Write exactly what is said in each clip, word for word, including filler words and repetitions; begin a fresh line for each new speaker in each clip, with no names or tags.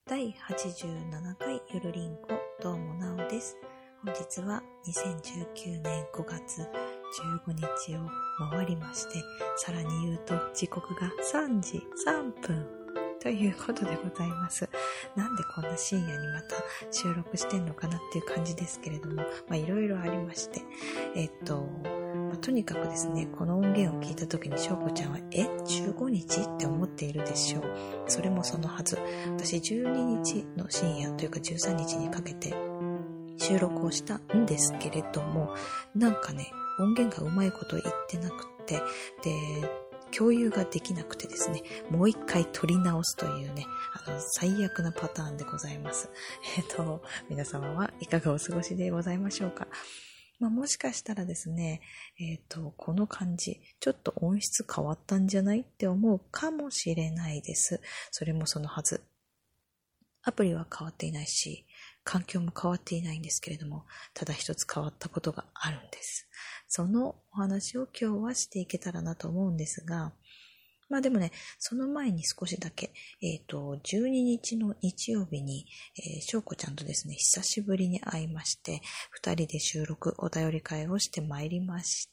だいはちじゅうななかいゆるりんこ、どうもなおです。本日はにせんじゅうきゅうねんごがつじゅうごにちを回りまして、さらに言うと時刻がさんじさんぷんということでございます。なんでこんな深夜にまた収録してんのかなっていう感じですけれども、まあいろいろありまして、えっと、まあ、とにかくですね、この音源を聞いた時にしょうこちゃんはえじゅうごにちって思っているでしょう。それもそのはず。私じゅうににちの深夜というかじゅうさんにちにかけて収録をしたんですけれども、なんかね、音源がうまいこと言ってなくて、で、共有ができなくてですね、もう一回撮り直すというね、あの、最悪なパターンでございます。えっと、皆様はいかがお過ごしでございましょうか。まあ、もしかしたらですね、えっと、この感じ、ちょっと音質変わったんじゃないって思うかもしれないです。それもそのはず。アプリは変わっていないし、環境も変わっていないんですけれども、ただ一つ変わったことがあるんです。そのお話を今日はしていけたらなと思うんですが、まあでもね、その前に少しだけ、えっと、じゅうににちの日曜日に、えー、しょうこちゃんとですね、久しぶりに会いまして、二人で収録、お便り会をしてまいりました。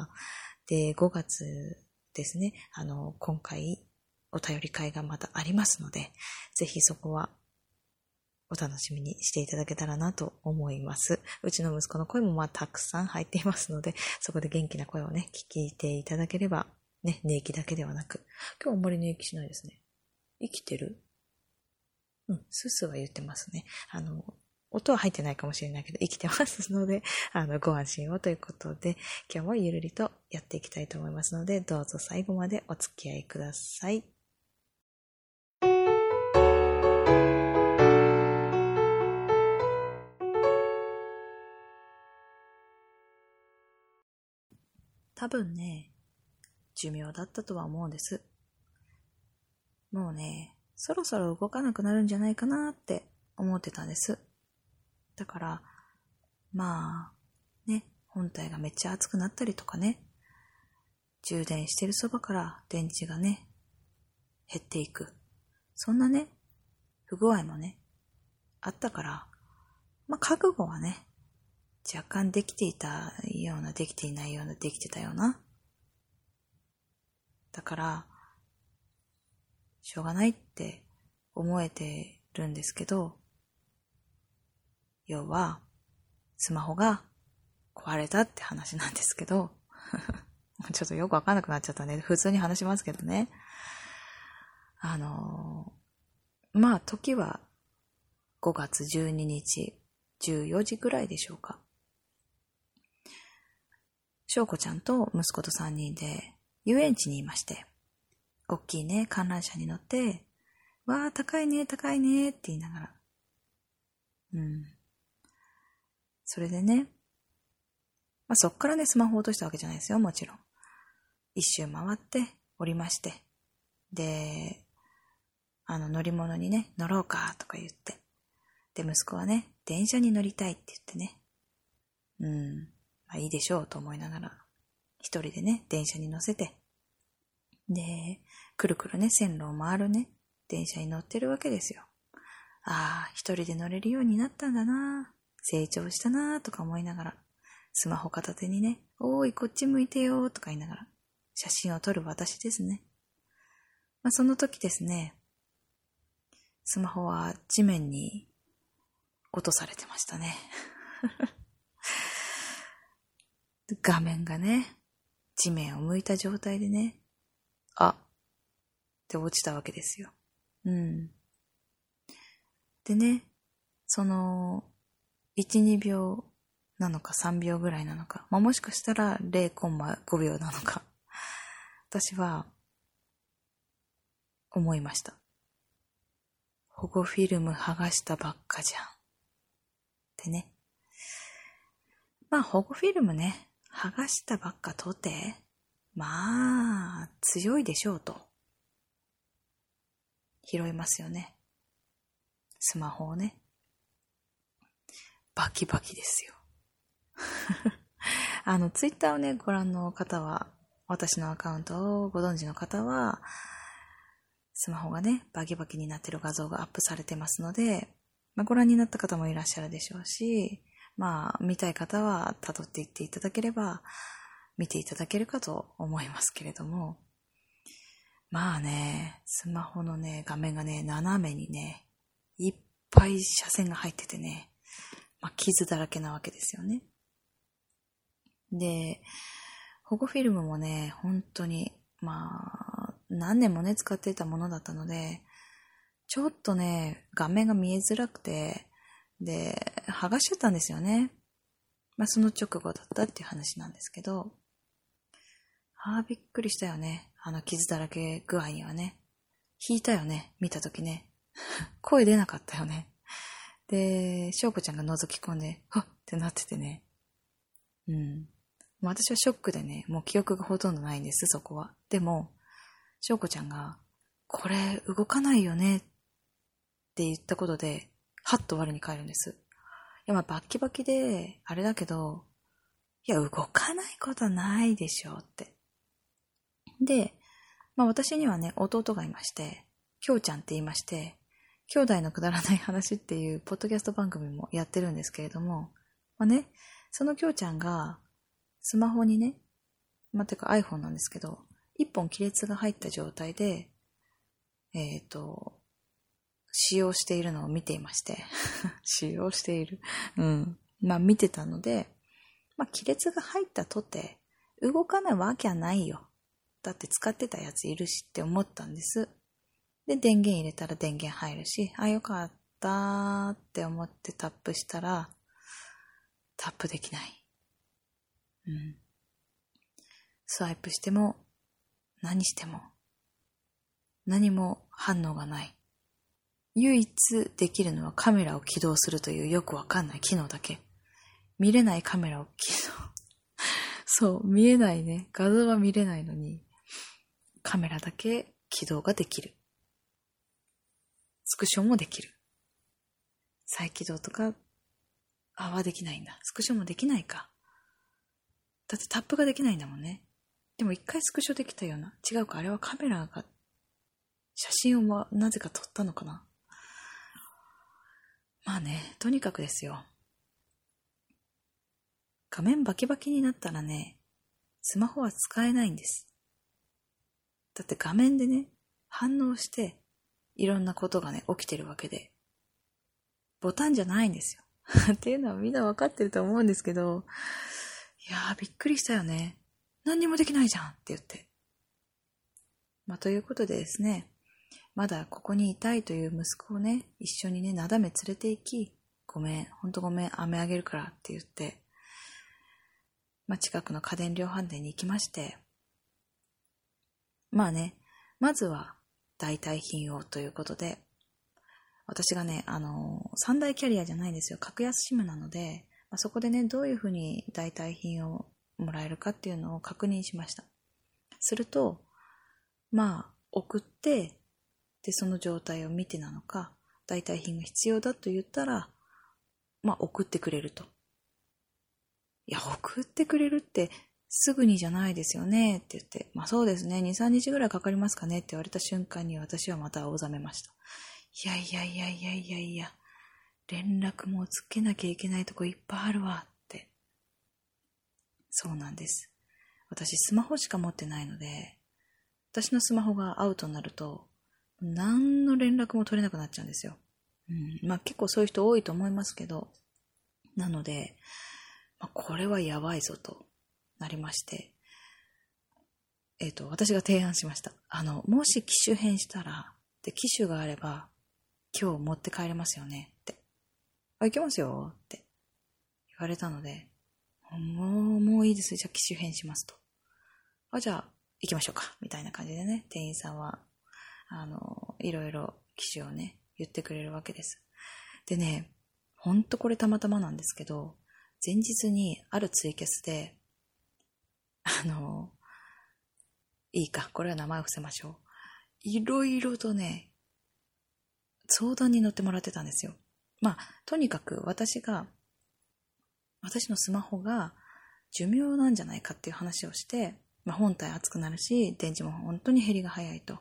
で、ごがつですね、あの、今回、お便り会がまたありますので、ぜひそこはお楽しみにしていただけたらなと思います。うちの息子の声もまあたくさん入っていますので、そこで元気な声をね、聞いていただければ、ね、寝息だけではなく。今日あんまり寝息しないですね。生きてる？うん、スースーは言ってますね。あの、音は入ってないかもしれないけど、生きてますので、あの、ご安心をということで、今日はゆるりとやっていきたいと思いますので、どうぞ最後までお付き合いください。多分ね、寿命だったとは思うんです。もうね、そろそろ動かなくなるんじゃないかなって思ってたんです。だから、まあ、ね、本体がめっちゃ熱くなったりとかね、充電してるそばから電池がね、減っていく。そんなね、不具合もね、あったから、まあ覚悟はね、若干できていたような、できていないような、できてたような。だから、しょうがないって思えてるんですけど、要は、スマホが壊れたって話なんですけど、ちょっとよくわかんなくなっちゃったね。普通に話しますけどね。あのー、まあ、時はごがつじゅうににち、じゅうよじぐらいでしょうか。しょうこちゃんと息子とさんにんで遊園地にいまして、おっきいね、観覧車に乗って、わー、高いね、高いねって言いながら。うん。それでね、まあ、そっからね、スマホ落としたわけじゃないですよ、もちろん。一周回って降りまして、で、あの乗り物にね、乗ろうかとか言って、で、息子はね、電車に乗りたいって言ってね、うん、まあいいでしょうと思いながら、一人でね、電車に乗せて、で、くるくるね、線路を回るね、電車に乗ってるわけですよ。ああ、一人で乗れるようになったんだな、成長したなとか思いながら、スマホ片手にね、おーい、こっち向いてよとか言いながら、写真を撮る私ですね。まあ、その時ですね、スマホは地面に落とされてましたね。画面がね、地面を向いた状態でね、あって落ちたわけですよ。うん。でね、その、いち、にびょうなのかさんびょうぐらいなのか、まあ、もしかしたら ゼロコンマごびょうなのか、私は思いました。保護フィルム剥がしたばっかじゃん。ってね。まあ保護フィルムね、剥がしたばっかとて、まあ強いでしょうと。拾いますよね。スマホをね。バキバキですよ。あの、ツイッターをね、ご覧の方は、私のアカウントをご存知の方は、 スマホがね、バキバキになってる画像がアップされてますので、まあ、ご覧になった方もいらっしゃるでしょうし、まあ、見たい方は辿っていっていただければ、見ていただけるかと思いますけれども、まあね、スマホのね、画面がね、斜めにね、いっぱい斜線が入っててね、まあ、傷だらけなわけですよね。で、保護フィルムもね、本当に、まあ、何年もね、使っていたものだったので、ちょっとね、画面が見えづらくて、で、剥がしちゃったんですよね。まあ、その直後だったっていう話なんですけど、ああ、びっくりしたよね。あの傷だらけ具合にはね。引いたよね、見たときね。声出なかったよね。で、しょうこちゃんが覗き込んで、はっってなっててね。うん。私はショックでね、もう記憶がほとんどないんです、そこは。でも、しょうこちゃんが、これ動かないよねって言ったことで、はっと我に返るんです。いや、まあバッキバキで、あれだけど、いや、動かないことはないでしょって。で、まあ私にはね、弟がいまして、きょうちゃんって言いまして、兄弟のくだらない話っていうポッドキャスト番組もやってるんですけれども、まあね、そのきょうちゃんが、スマホにね、まあ、てか iPhone なんですけど、一本亀裂が入った状態で、えっと、使用しているのを見ていまして、使用している。うん。まあ見てたので、まあ亀裂が入ったとて、動かないわけはないよ。だって使ってたやついるしって思ったんです。で、電源入れたら電源入るし、あ、よかったって思ってタップしたら、タップできない。うん。スワイプしても、何しても、何も反応がない。唯一できるのはカメラを起動するというよくわかんない機能だけ。見れないカメラを起動。そう、見えないね。画像は見れないのに、カメラだけ起動ができる。スクショもできる。再起動とか、あ、はできないんだ。スクショもできないか。だってタップができないんだもんね。でも一回スクショできたような。違うか、あれはカメラが、写真をなぜか撮ったのかな。まあね、とにかくですよ。画面バキバキになったらね、スマホは使えないんです。だって画面でね、反応して、いろんなことがね、起きてるわけで。ボタンじゃないんですよ。っていうのはみんなわかってると思うんですけど、いやーびっくりしたよね。何にもできないじゃんって言って。まあということでですね、まだここにいたいという息子をね、一緒にね、なだめ連れて行き、ごめん、ほんとごめん、飴あげるからって言って、まあ近くの家電量販店に行きまして、まあね、まずは代替品をということで、私がね、あの、三大キャリアじゃないんですよ。格安シムなので、まあ、そこでね、どういうふうに代替品をもらえるかっていうのを確認しました。すると、まあ、送って、で、その状態を見てなのか、代替品が必要だと言ったら、まあ、送ってくれると。いや、送ってくれるって、すぐにじゃないですよねって言って、まあそうですね、に、さんにちぐらいかかりますかねって言われた瞬間に私はまた青ざめました。いやいやいやいやいやいや、連絡もつけなきゃいけないとこいっぱいあるわって。そうなんです。私スマホしか持ってないので、私のスマホがアウトになると、何の連絡も取れなくなっちゃうんですよ。うん、まあ結構そういう人多いと思いますけど、なので、まあ、これはやばいぞとなりまして、えっと、私が提案しました。あの、もし機種変したら、で、機種があれば、今日持って帰れますよねって。あ、行けますよって言われたので、もう、もういいです。じゃあ機種変しますと。あ、じゃあ行きましょうか。みたいな感じでね、店員さんは、あの、いろいろ機種をね、言ってくれるわけです。でね、ほんとこれたまたまなんですけど、前日にあるツイキャスで、あの、いいか、これは名前を伏せましょう。いろいろとね、相談に乗ってもらってたんですよ。まあ、とにかく私が、私のスマホが寿命なんじゃないかっていう話をして、まあ、本体熱くなるし、電池も本当に減りが早いと。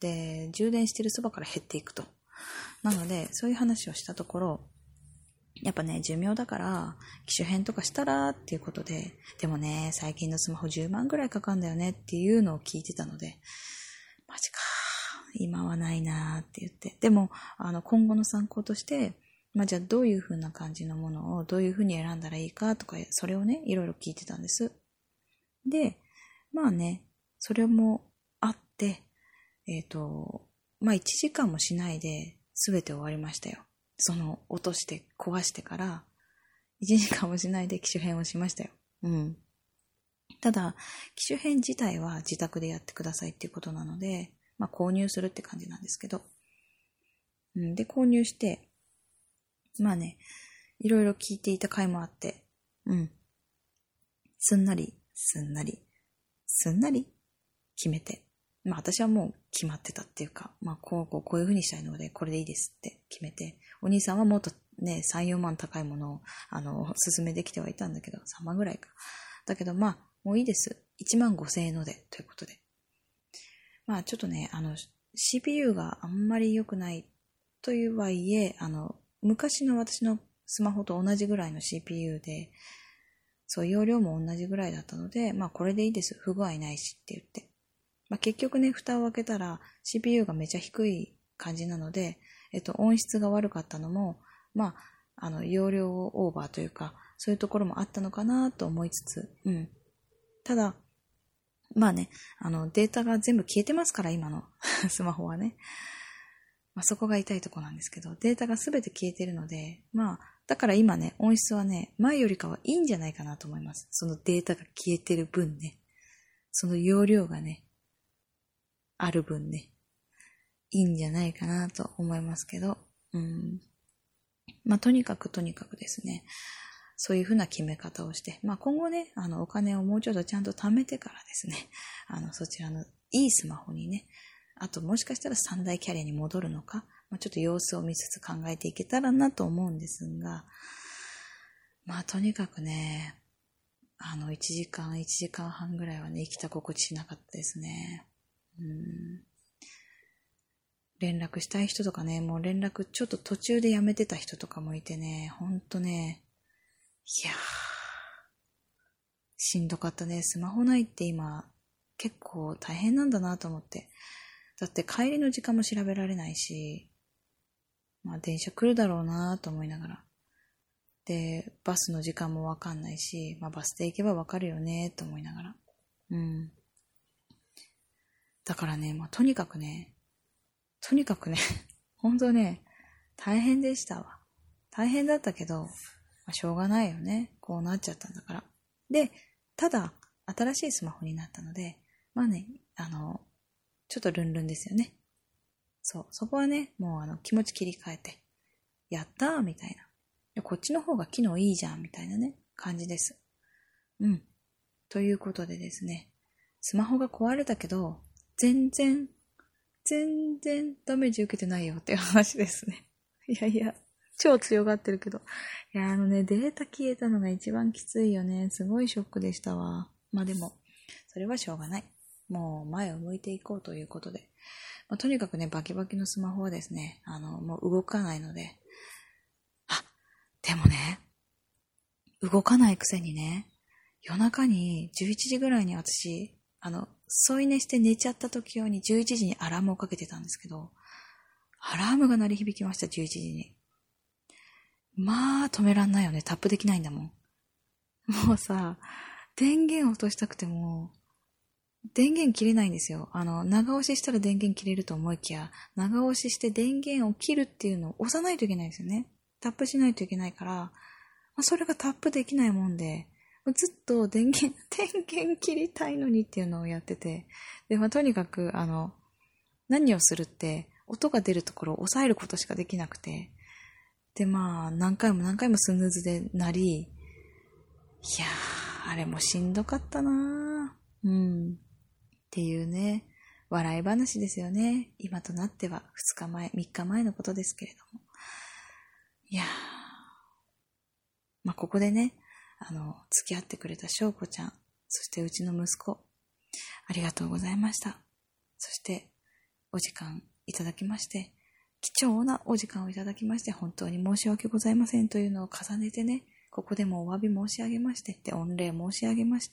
で、充電してるそばから減っていくと。なので、そういう話をしたところ、やっぱね、寿命だから、機種変とかしたらっていうことで、でもね、最近のスマホじゅうまんぐらいかかるんだよねっていうのを聞いてたので、マジか、今はないなーって言って。でも、あの、今後の参考として、まあ、じゃあどういう風な感じのものをどういう風に選んだらいいかとか、それをね、いろいろ聞いてたんです。で、まあね、それもあって、えっと、まあいちじかんもしないで全て終わりましたよ。その落として壊してからいちじかんもしないで機種変をしましたよ。うん。ただ、機種変自体は自宅でやってくださいっていうことなので、まあ購入するって感じなんですけど。うん、で、購入して、まあね、いろいろ聞いていた回もあって、うん。すんなり、すんなり、すんなり決めて。まあ私はもう決まってたっていうか、まあこうこうこういう風にしたいのでこれでいいですって決めて、お兄さんはもっとね、さん、よんまん高いものを、あの、おすすめできてはいたんだけど、さんまんぐらいか。だけどまあ、もういいです。いちまんごせんえんので、ということで。まあちょっとね、あの、シーピーユー があんまり良くないというはいえ、あの、昔の私のスマホと同じぐらいの シーピーユー で、そう、容量も同じぐらいだったので、まあこれでいいです。不具合ないしって言って。まあ、結局ね、蓋を開けたら シーピーユー がめちゃ低い感じなので、えっと、音質が悪かったのも、まあ、あの、容量オーバーというか、そういうところもあったのかなと思いつつ、うん。ただ、まあね、あの、データが全部消えてますから、今のスマホはね。まあ、そこが痛いとこなんですけど、データが全て消えてるので、まあ、だから今ね、音質はね、前よりかはいいんじゃないかなと思います。そのデータが消えてる分ね。その容量がね、ある分ね、いいんじゃないかなと思いますけど、うん。まあ、とにかくとにかくですね、そういうふうな決め方をして、まあ、今後ね、あの、お金をもうちょっとちゃんと貯めてからですね、あの、そちらのいいスマホにね、あともしかしたら三大キャリアに戻るのか、まあ、ちょっと様子を見つつ考えていけたらなと思うんですが、まあ、とにかくね、あの、いちじかん、いちじかんはんぐらいはね、生きた心地しなかったですね。うん、連絡したい人とかね、もう連絡ちょっと途中でやめてた人とかもいてね、ほんとね、いやー、しんどかったね。スマホないって今、結構大変なんだなと思って。だって帰りの時間も調べられないし、まあ電車来るだろうなと思いながら。で、バスの時間もわかんないし、まあバスで行けばわかるよねと思いながら。うん。だからね、まあとにかくね、とにかくね、本当ね、大変でしたわ。大変だったけど、まあ、しょうがないよね。こうなっちゃったんだから。で、ただ、新しいスマホになったので、まあね、あの、ちょっとルンルンですよね。そう、そこはね、もうあの気持ち切り替えて、やったーみたいな。こっちの方が機能いいじゃんみたいなね、感じです。うん。ということでですね、スマホが壊れたけど、全然、全然ダメージ受けてないよっていう話ですね。いやいや、超強がってるけど。いや、あのね、データ消えたのが一番きついよね。すごいショックでしたわ。まあでも、それはしょうがない。もう前を向いていこうということで。まあ、とにかくね、バキバキのスマホはですね、あの、もう動かないので。あ、でもね、動かないくせにね、夜中にじゅういちじぐらいに私、あの、添い寝して寝ちゃった時用にじゅういちじにアラームをかけてたんですけど、アラームが鳴り響きました、じゅういちじに。まあ、止めらんないよね。タップできないんだもん。もうさ、電源落としたくても、電源切れないんですよ。あの、長押ししたら電源切れると思いきや、長押しして電源を切るっていうのを押さないといけないんですよね。タップしないといけないから、まあ、それがタップできないもんで、ずっと電源、電源切りたいのにっていうのをやってて、で、まあ、とにかく、あの、何をするって、音が出るところを抑えることしかできなくて、で、まあ、何回も何回もスヌーズで鳴り、いやー、あれもしんどかったなー。うん。っていうね、笑い話ですよね。今となってはふつかまえ、みっかまえのことですけれども。いやー、まあ、ここでね、あの、付き合ってくれた翔子ちゃん、そしてうちの息子、ありがとうございました。そして、 お時間いただきまして、貴重なお時間をいただきまして、本当に申し訳ございませんというのを重ねてね、ここでもお詫び申し上げまして、で、御礼申し上げまして、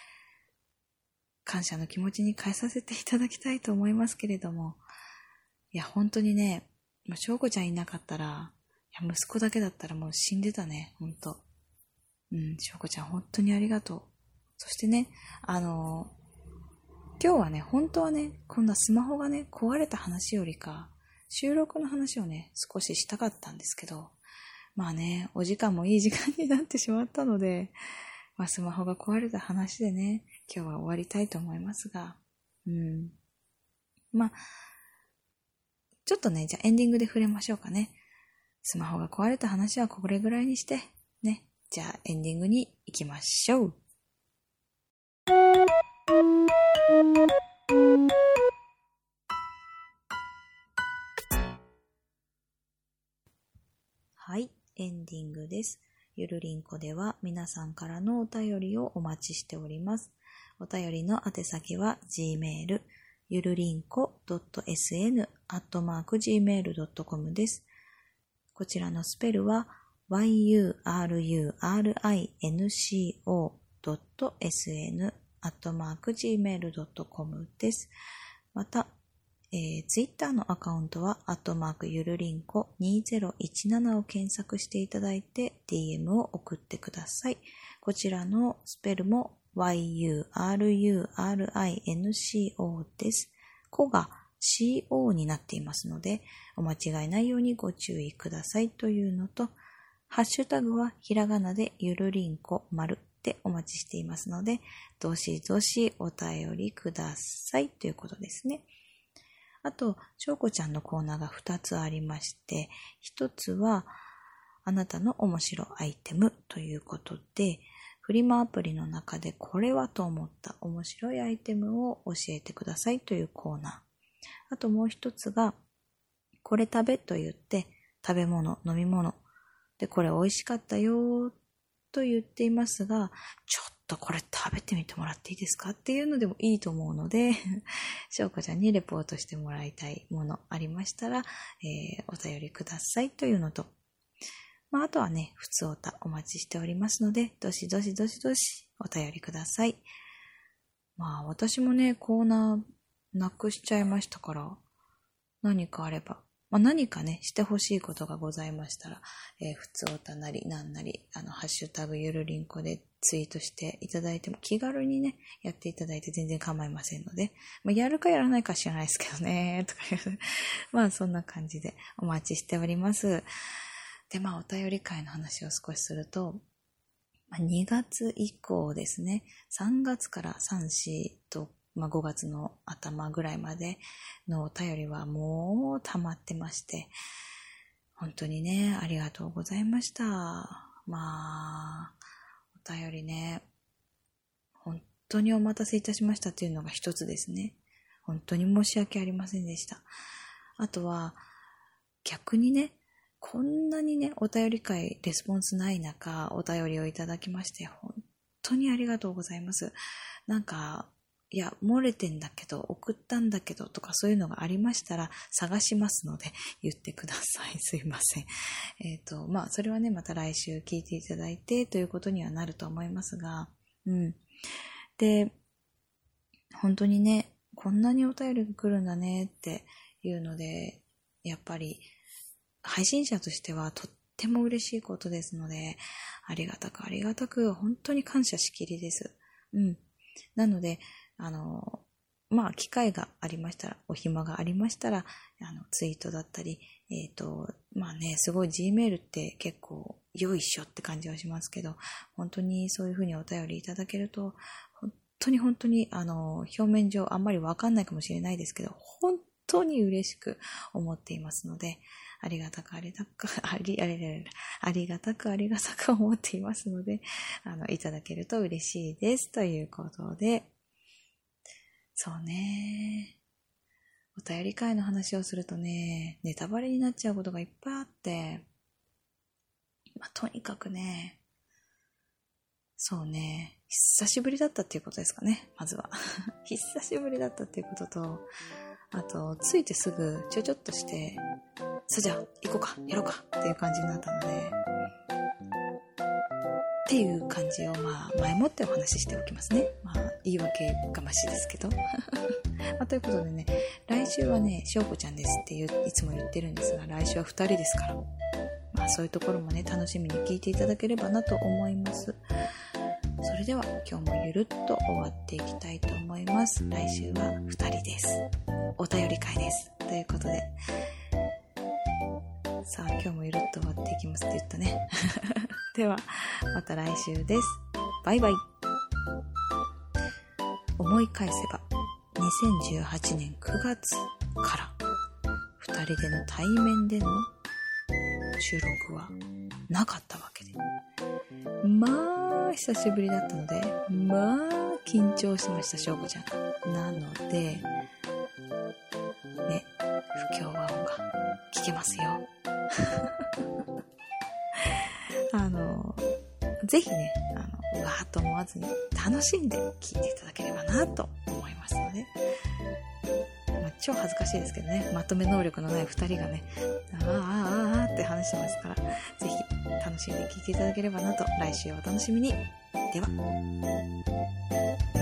感謝の気持ちに変えさせていただきたいと思いますけれども、いや、本当にね、翔子ちゃんいなかったら、いや、息子だけだったらもう死んでたね、本当。うん、翔子ちゃん本当にありがとう。そしてね、あのー、今日はね、本当はね、こんなスマホがね、壊れた話よりか、収録の話をね、少ししたかったんですけど、まあね、お時間もいい時間になってしまったので、まあスマホが壊れた話でね、今日は終わりたいと思いますが、うん。まあ、ちょっとね、じゃあエンディングで触れましょうかね。スマホが壊れた話はこれぐらいにして、ね。じゃあエンディングに行きましょう。はい、エンディングです。ゆるりんこでは皆さんからのお便りをお待ちしております。お便りの宛先は Gmail、ゆるりんこ .sn アットマーク ジーメール ドットコム です。こちらのスペルは ユーユーアールユーアールアイエヌシーオー ドット エスエヌ アットマーク ジーメール ドットコム です。また、えー、ツイッターのアカウントは、アットマークゆるりんこにせんじゅうななを検索していただいて、ディーエム を送ってください。こちらのスペルも ユーユーアールユーアールアイエヌシーオー です。子が シーオー になっていますので、お間違いないようにご注意くださいというのと、ハッシュタグはひらがなでゆるりんこ丸でお待ちしていますので、どしどしお便りくださいということですね。あと、しょうこちゃんのコーナーがふたつありまして、ひとつは、あなたの面白アイテムということで、フリマアプリの中でこれはと思った面白いアイテムを教えてくださいというコーナー。あともう一つが、これ食べと言って、食べ物、飲み物。で、これ美味しかったよと言っていますが、ちょっとこれ食べてみてもらっていいですかっていうのでもいいと思うので、しょうこちゃんにレポートしてもらいたいものありましたら、えー、お便りくださいというのと、まあ、あとはね、ふつおたお待ちしておりますので、どしどしどしどしお便りください。まあ、私もね、コーナーなくしちゃいましたから、何かあれば、まあ、何かね、してほしいことがございましたら、えー、ふつおたなり、なんなり、あの、ハッシュタグゆるりんこでツイートしていただいても、気軽にね、やっていただいて全然構いませんので、まあ、やるかやらないか知らないですけどね、とかいう、まあ、そんな感じでお待ちしております。で、まあ、お便り会の話を少しすると、まあ、にがつ以降ですね、さんがつからさん、よんと、まあ、ごがつの頭ぐらいまでのお便りはもう溜まってまして、本当にね、ありがとうございました。まあ、お便りね、本当にお待たせいたしましたというのが一つですね。本当に申し訳ありませんでした。あとは、逆にね、こんなにね、お便り会、レスポンスない中、お便りをいただきまして、本当にありがとうございます。なんか、いや、漏れてんだけど、送ったんだけど、とかそういうのがありましたら、探しますので、言ってください。すいません。えっと、まあ、それはね、また来週聞いていただいて、ということにはなると思いますが、うん。で、本当にね、こんなにお便りが来るんだね、っていうので、やっぱり、配信者としてはとっても嬉しいことですので、ありがたくありがたく本当に感謝しきりです。うん。なので、あの、まあ、機会がありましたら、お暇がありましたら、あの、ツイートだったり、えっと、まあね、すごい Gmail って結構よいしょって感じはしますけど、本当にそういうふうにお便りいただけると、本当に本当に、あの、表面上あんまりわかんないかもしれないですけど、本当に嬉しく思っていますので、ありがたくありがたく、あり、あり、ありがたくありがたく思っていますので、あの、いただけると嬉しいです。ということで、そうね。お便り会の話をするとね、ネタバレになっちゃうことがいっぱいあって、まあ、とにかくね、そうね、久しぶりだったっていうことですかね、まずは。久しぶりだったっていうことと、 あと、着いてすぐちょちょっとして、さあじゃあ行こうか、やろうかっていう感じになったので、っていう感じをまあ前もってお話ししておきますね。まあ言い訳がましいですけど。まあ、ということでね、来週はね、しょうこちゃんですっていういつも言ってるんですが、来週はふたりですから、まあそういうところもね、楽しみに聞いていただければなと思います。それでは今日もゆるっと終わっていきたいと思います。来週はふたりです。お便り会です。ということで、さあ今日もゆるっと終わっていきますって言ったね。ではまた来週です。バイバイ。思い返せばにせんじゅうはちねんくがつからふたりでの対面での収録はなかったわけで、まあ久しぶりだったので、まあ緊張しました、しょうこちゃんが。なのでね、不協和音が聞けますよ。あのぜひね、あのわーっと思わずに楽しんで聞いていただければなと思いますので、まあ、超恥ずかしいですけどね、まとめ能力のないふたりがね、あーあーあーって話してますから、ぜひ楽しんで聞いていただければなと。来週お楽しみに。では。